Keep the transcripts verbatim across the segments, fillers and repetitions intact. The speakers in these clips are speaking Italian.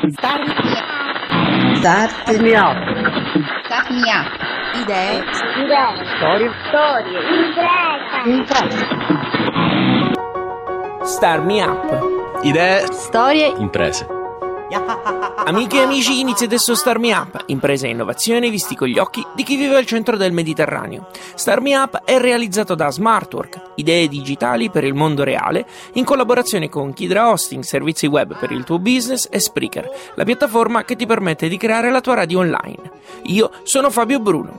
Start Start me up. Start me up. Idee. Idee. Storie. Storie. Impresa. Impresa. Start me up. Idee. Storie. Imprese. Amiche e amici, inizia adesso Start Me Up, impresa e innovazione visti con gli occhi di chi vive al centro del Mediterraneo. Start Me Up è realizzato da Smartwork, idee digitali per il mondo reale, in collaborazione con Kidra Hosting, servizi web per il tuo business, e Spreaker, la piattaforma che ti permette di creare la tua radio online. Io sono Fabio Bruno.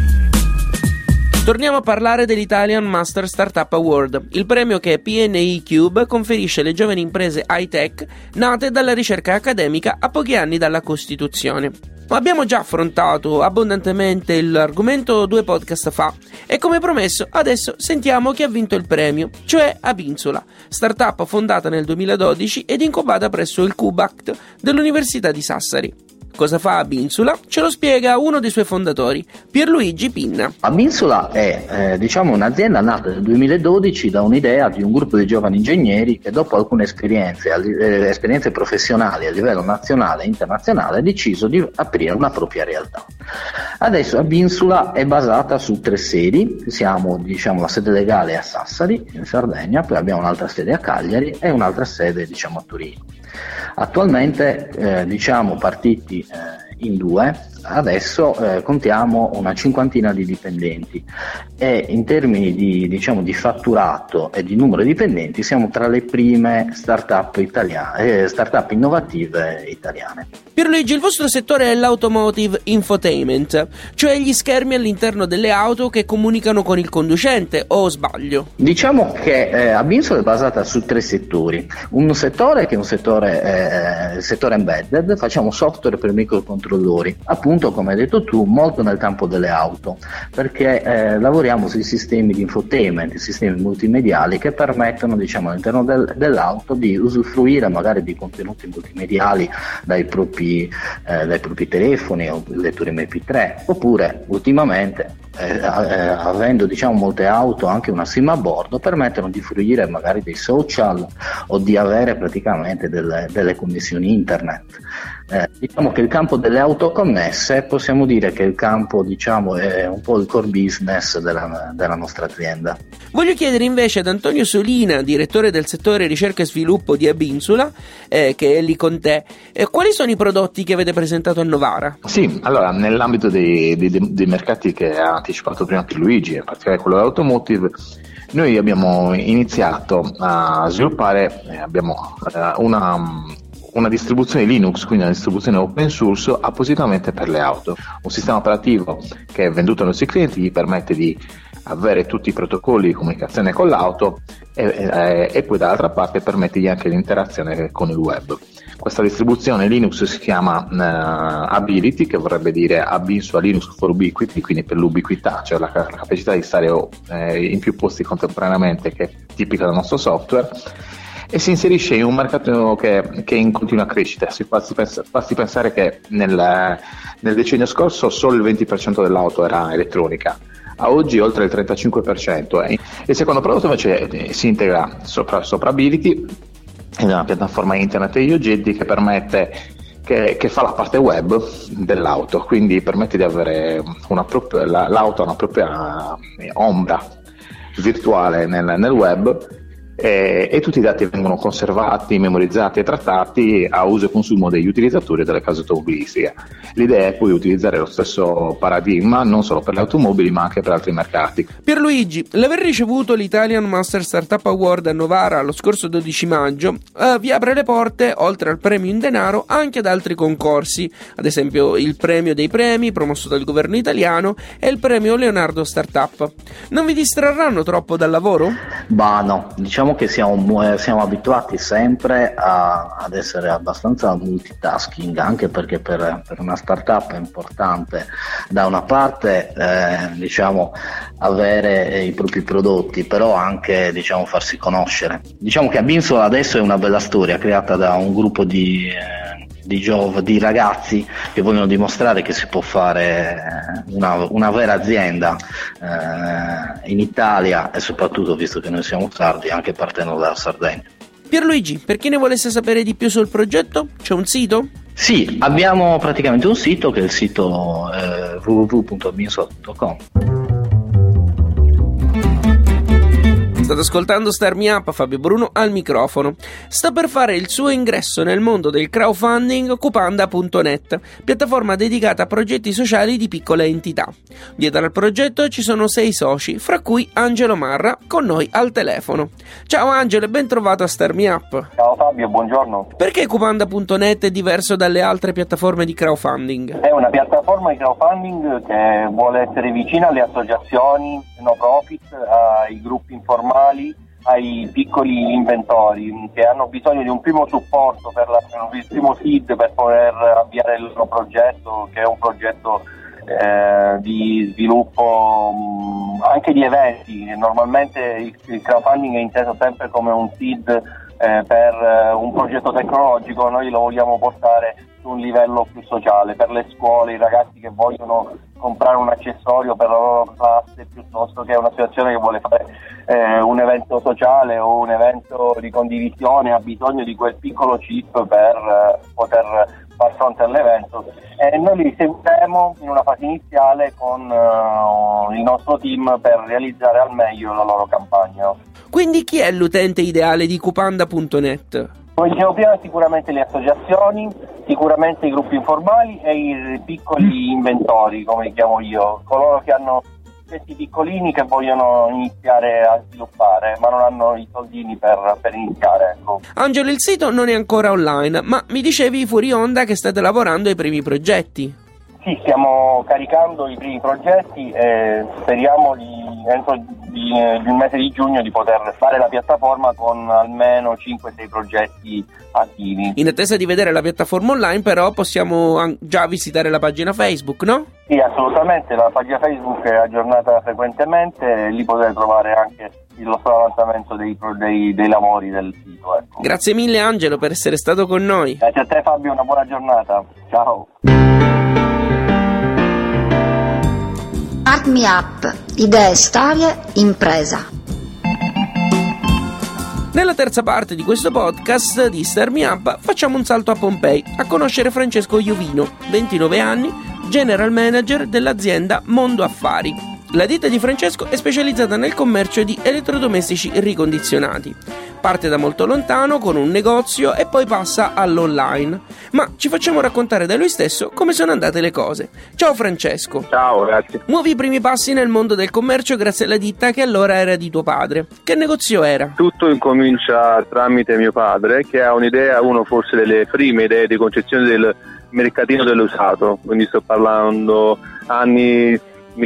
Torniamo a parlare dell'Italian Master Startup Award, il premio che P N I Cube conferisce alle giovani imprese high-tech nate dalla ricerca accademica a pochi anni dalla Costituzione. Abbiamo già affrontato abbondantemente l'argomento due podcast fa e, come promesso, adesso sentiamo chi ha vinto il premio, cioè Abinsula, startup fondata nel duemiladodici ed incubata presso il CUBACT dell'Università di Sassari. Cosa fa Abinsula? Ce lo spiega uno dei suoi fondatori, Pierluigi Pinna. Abinsula è eh, diciamo un'azienda nata nel duemiladodici da un'idea di un gruppo di giovani ingegneri che, dopo alcune esperienze, eh, esperienze professionali a livello nazionale e internazionale, ha deciso di aprire una propria realtà. Adesso Abinsula è basata su tre sedi. Siamo, diciamo, la sede legale a Sassari, in Sardegna, poi abbiamo un'altra sede a Cagliari e un'altra sede, diciamo, a Torino. Attualmente eh, diciamo partiti eh, in due, adesso eh, contiamo una cinquantina di dipendenti e in termini di, diciamo, di fatturato e di numero di dipendenti siamo tra le prime startup italiane, eh, startup innovative italiane. Pierluigi, il vostro settore è l'automotive infotainment, cioè gli schermi all'interno delle auto che comunicano con il conducente, o sbaglio? Diciamo che eh, Abinsula è basata su tre settori. Un settore che è un settore, eh, il settore embedded, facciamo software per microcontrollori, appunto, come hai detto tu, molto nel campo delle auto, perché eh, lavoriamo sui sistemi di infotainment, i sistemi multimediali che permettono, diciamo, all'interno del, dell'auto di usufruire magari di contenuti multimediali dai propri Eh, dai propri telefoni o lettori M P tre, oppure ultimamente eh, eh, avendo, diciamo, molte auto anche una SIM a bordo, permettono di fruire magari dei social o di avere praticamente delle, delle connessioni internet. Eh, diciamo che il campo delle auto connesse possiamo dire che il campo, diciamo, è un po' il core business della, della nostra azienda. Voglio chiedere invece ad Antonio Solina, direttore del settore ricerca e sviluppo di Abinsula, eh, che è lì con te, eh, quali sono i prodotti che avete presentato a Novara? Sì, allora, nell'ambito dei, dei, dei mercati che ha anticipato prima Pierluigi, in particolare quello dell'automotive, noi abbiamo iniziato a sviluppare, eh, abbiamo eh, una... una distribuzione Linux, quindi una distribuzione open source appositamente per le auto, un sistema operativo che è venduto ai nostri clienti, gli permette di avere tutti i protocolli di comunicazione con l'auto e, e, e poi dall'altra parte permettegli anche l'interazione con il web. Questa distribuzione Linux si chiama uh, Ability, che vorrebbe dire Abinsula Linux for Ubiquity, quindi per l'ubiquità, cioè la, la capacità di stare eh, in più posti contemporaneamente, che è tipica del nostro software, e si inserisce in un mercato che, che è in continua crescita. Si fa, si pensa, basti pensare che nel, nel decennio scorso solo il venti per cento dell'auto era elettronica, a oggi oltre il trentacinque per cento. Eh. Il secondo prodotto invece si integra sopra, sopra Ability, è una piattaforma internet degli oggetti che permette Che, che fa la parte web dell'auto, quindi permette di avere una propria, la, l'auto ha una propria ombra virtuale nel, nel web. E, e tutti i dati vengono conservati, memorizzati e trattati a uso e consumo degli utilizzatori delle case automobilistiche. L'idea è poi utilizzare lo stesso paradigma non solo per le automobili ma anche per altri mercati. Pierluigi, l'aver ricevuto l'Italian Master Startup Award a Novara lo scorso dodici maggio eh, vi apre le porte, oltre al premio in denaro, anche ad altri concorsi, ad esempio il premio dei premi promosso dal governo italiano e il premio Leonardo Startup. Non vi distrarranno troppo dal lavoro? Bah no, diciamo che siamo, siamo abituati sempre a, ad essere abbastanza multitasking, anche perché per, per una startup è importante da una parte eh, diciamo avere i propri prodotti, però anche, diciamo, farsi conoscere. Diciamo che Abinsula adesso è una bella storia creata da un gruppo di eh, di, giov- di ragazzi che vogliono dimostrare che si può fare una, una vera azienda eh, in Italia, e soprattutto, visto che noi siamo sardi, anche partendo dalla Sardegna. Pierluigi, per chi ne volesse sapere di più sul progetto, c'è un sito? Sì, abbiamo praticamente un sito che è il sito eh, w w w punto binsol punto com. State ascoltando Start Me Up, Fabio Bruno al microfono. Sta per fare il suo ingresso nel mondo del crowdfunding Cupanda punto net, piattaforma dedicata a progetti sociali di piccole entità. Dietro al progetto ci sono sei soci, fra cui Angelo Marra, con noi al telefono. Ciao Angelo e ben trovato a Start Me Up. Ciao Fabio, buongiorno. Perché Cupanda punto net è diverso dalle altre piattaforme di crowdfunding? È una piattaforma di crowdfunding che vuole essere vicina alle associazioni no profit, ai gruppi informali, ai piccoli inventori che hanno bisogno di un primo supporto per la, il primo seed per poter avviare il loro progetto, che è un progetto eh, di sviluppo mh, anche di eventi. Normalmente il, il crowdfunding è inteso sempre come un seed eh, per eh, un progetto tecnologico. Noi lo vogliamo portare su un livello più sociale, per le scuole, i ragazzi che vogliono comprare un accessorio per la loro classe, piuttosto che un'associazione che vuole fare eh, un evento sociale o un evento di condivisione, ha bisogno di quel piccolo chip per eh, poter far fronte all'evento, e noi li seguiremo in una fase iniziale con uh, il nostro team per realizzare al meglio la loro campagna. Quindi chi è l'utente ideale di Cupanda punto net? Come dicevo prima, sicuramente le associazioni, sicuramente i gruppi informali e i piccoli inventori, come li chiamo io, coloro che hanno questi piccolini che vogliono iniziare a sviluppare ma non hanno i soldini per, per iniziare, ecco. Angelo, il sito non è ancora online, ma mi dicevi fuori onda che state lavorando ai primi progetti. Sì, stiamo caricando i primi progetti e speriamo di, entro di, di un mese di giugno di poter fare la piattaforma con almeno cinque sei progetti attivi. In attesa di vedere la piattaforma online, però, possiamo già visitare la pagina Facebook, no? Sì, assolutamente, la pagina Facebook è aggiornata frequentemente e lì potete trovare anche il nostro avanzamento dei, dei, dei lavori del sito. Ecco. Grazie mille Angelo per essere stato con noi. Grazie a te Fabio, una buona giornata. Ciao. Start Me Up, idee, storie, impresa. Nella terza parte di questo podcast di Start Me Up facciamo un salto a Pompei a conoscere Francesco Iovino, ventinove anni, General Manager dell'azienda Mondo Affari. La ditta di Francesco è specializzata nel commercio di elettrodomestici ricondizionati. Parte da molto lontano con un negozio e poi passa all'online. Ma ci facciamo raccontare da lui stesso come sono andate le cose. Ciao Francesco. Ciao, grazie. Muovi i primi passi nel mondo del commercio grazie alla ditta che allora era di tuo padre. Che negozio era? Tutto incomincia tramite mio padre, che ha un'idea, uno forse delle prime idee di concezione del mercatino dell'usato. Quindi sto parlando anni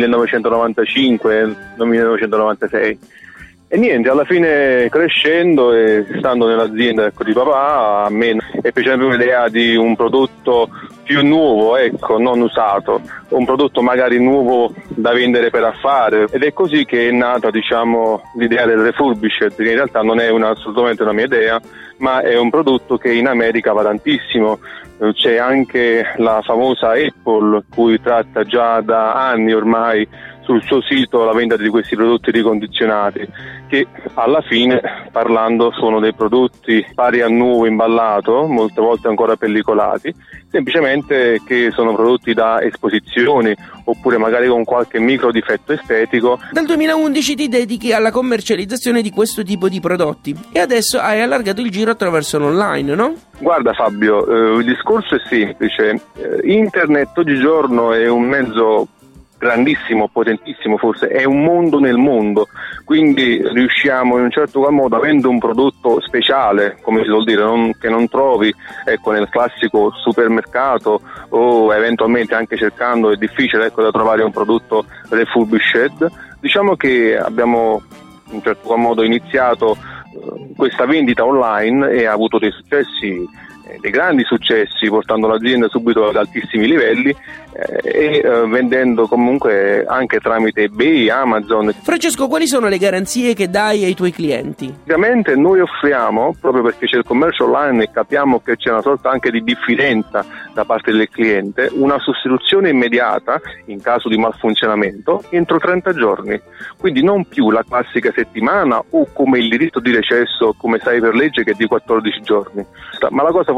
millenovecentonovantacinque, non millenovecentonovantasei. E niente, alla fine crescendo e stando nell'azienda, ecco, di papà, a me è piaciuta l'idea di un prodotto più nuovo, ecco, non usato, un prodotto magari nuovo da vendere per affare, ed è così che è nata, diciamo, l'idea del refurbished, che in realtà non è una, assolutamente una mia idea, ma è un prodotto che in America va tantissimo. C'è anche la famosa Apple, cui tratta già da anni ormai sul suo sito la vendita di questi prodotti ricondizionati, che alla fine, parlando, sono dei prodotti pari a nuovo imballato, molte volte ancora pellicolati, semplicemente che sono prodotti da esposizioni oppure magari con qualche micro difetto estetico. Dal duemilaundici ti dedichi alla commercializzazione di questo tipo di prodotti e adesso hai allargato il giro attraverso l'online, no? Guarda Fabio, eh, il discorso è semplice. Eh, internet oggigiorno è un mezzo grandissimo, potentissimo, forse è un mondo nel mondo, quindi riusciamo in un certo qual modo, avendo un prodotto speciale, come si vuol dire, non, che non trovi, ecco, nel classico supermercato, o eventualmente anche cercando, è difficile, ecco, da trovare un prodotto refurbished. Diciamo che abbiamo in un certo qual modo iniziato uh, questa vendita online e ha avuto dei successi, dei grandi successi, portando l'azienda subito ad altissimi livelli eh, e eh, vendendo comunque anche tramite eBay, Amazon. Francesco, quali sono le garanzie che dai ai tuoi clienti? Ovviamente noi offriamo, proprio perché c'è il commercio online e capiamo che c'è una sorta anche di diffidenza da parte del cliente, una sostituzione immediata in caso di malfunzionamento entro trenta giorni, quindi non più la classica settimana o come il diritto di recesso, come sai per legge, che è di quattordici giorni. Ma la cosa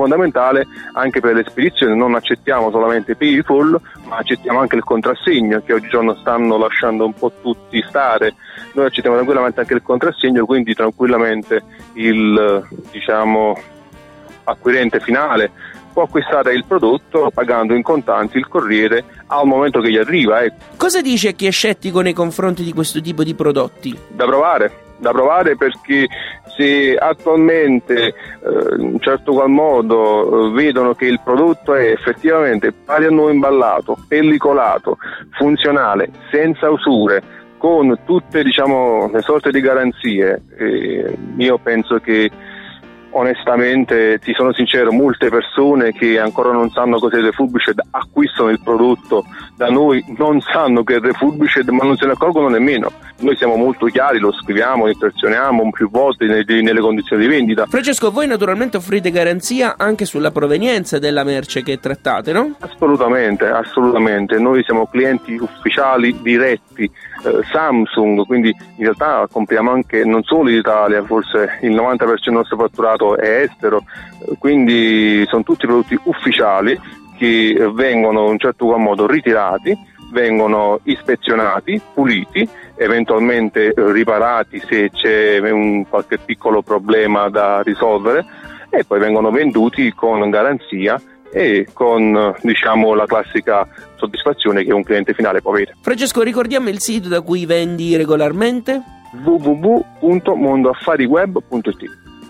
fondamentale anche per le spedizioni. Non accettiamo solamente PayFall, ma accettiamo anche il contrassegno, che oggigiorno stanno lasciando un po' tutti stare. Noi accettiamo tranquillamente anche il contrassegno, quindi tranquillamente il, diciamo, acquirente finale può acquistare il prodotto pagando in contanti il corriere al momento che gli arriva. Eh. Cosa dice a chi è scettico nei confronti di questo tipo di prodotti? Da provare, da provare perché se attualmente eh, in un certo qual modo eh, vedono che il prodotto è effettivamente pari a nuovo imballato, pellicolato, funzionale, senza usure, con tutte, diciamo, le sorte di garanzie, eh, io penso che onestamente, ti sono sincero, molte persone che ancora non sanno cos'è il refurbished acquistano il prodotto da noi, non sanno che è il refurbished, ma non se ne accorgono nemmeno. Noi siamo molto chiari, lo scriviamo, lo istruzioniamo più volte nelle condizioni di vendita. Francesco, voi naturalmente offrite garanzia anche sulla provenienza della merce che trattate, no? Assolutamente, assolutamente. Noi siamo clienti ufficiali diretti eh, Samsung, quindi in realtà compriamo anche non solo in Italia, forse il novanta per cento del nostro fatturato è estero, quindi sono tutti prodotti ufficiali che vengono in un certo qual modo ritirati, vengono ispezionati, puliti, eventualmente riparati se c'è un qualche piccolo problema da risolvere, e poi vengono venduti con garanzia e con, diciamo, la classica soddisfazione che un cliente finale può avere. Francesco, ricordiamo il sito da cui vendi regolarmente? w w w punto mondoaffariweb punto i t.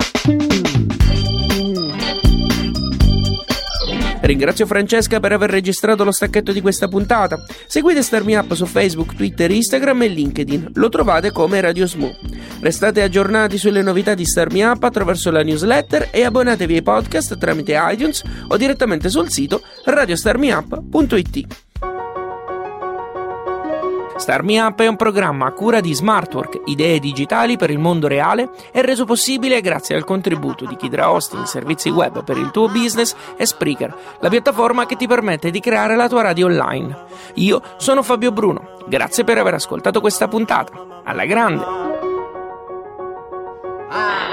Ringrazio Francesca per aver registrato lo stacchetto di questa puntata. Seguite Start Me Up su Facebook, Twitter, Instagram e LinkedIn. Lo trovate come Radio Smo. Restate aggiornati sulle novità di Start Me Up attraverso la newsletter e abbonatevi ai podcast tramite iTunes o direttamente sul sito radio star me up punto i t. Start Me Up è un programma a cura di Smartwork, idee digitali per il mondo reale, e reso possibile grazie al contributo di Kidra Hosting, servizi web per il tuo business, e Spreaker, la piattaforma che ti permette di creare la tua radio online. Io sono Fabio Bruno, grazie per aver ascoltato questa puntata. Alla grande!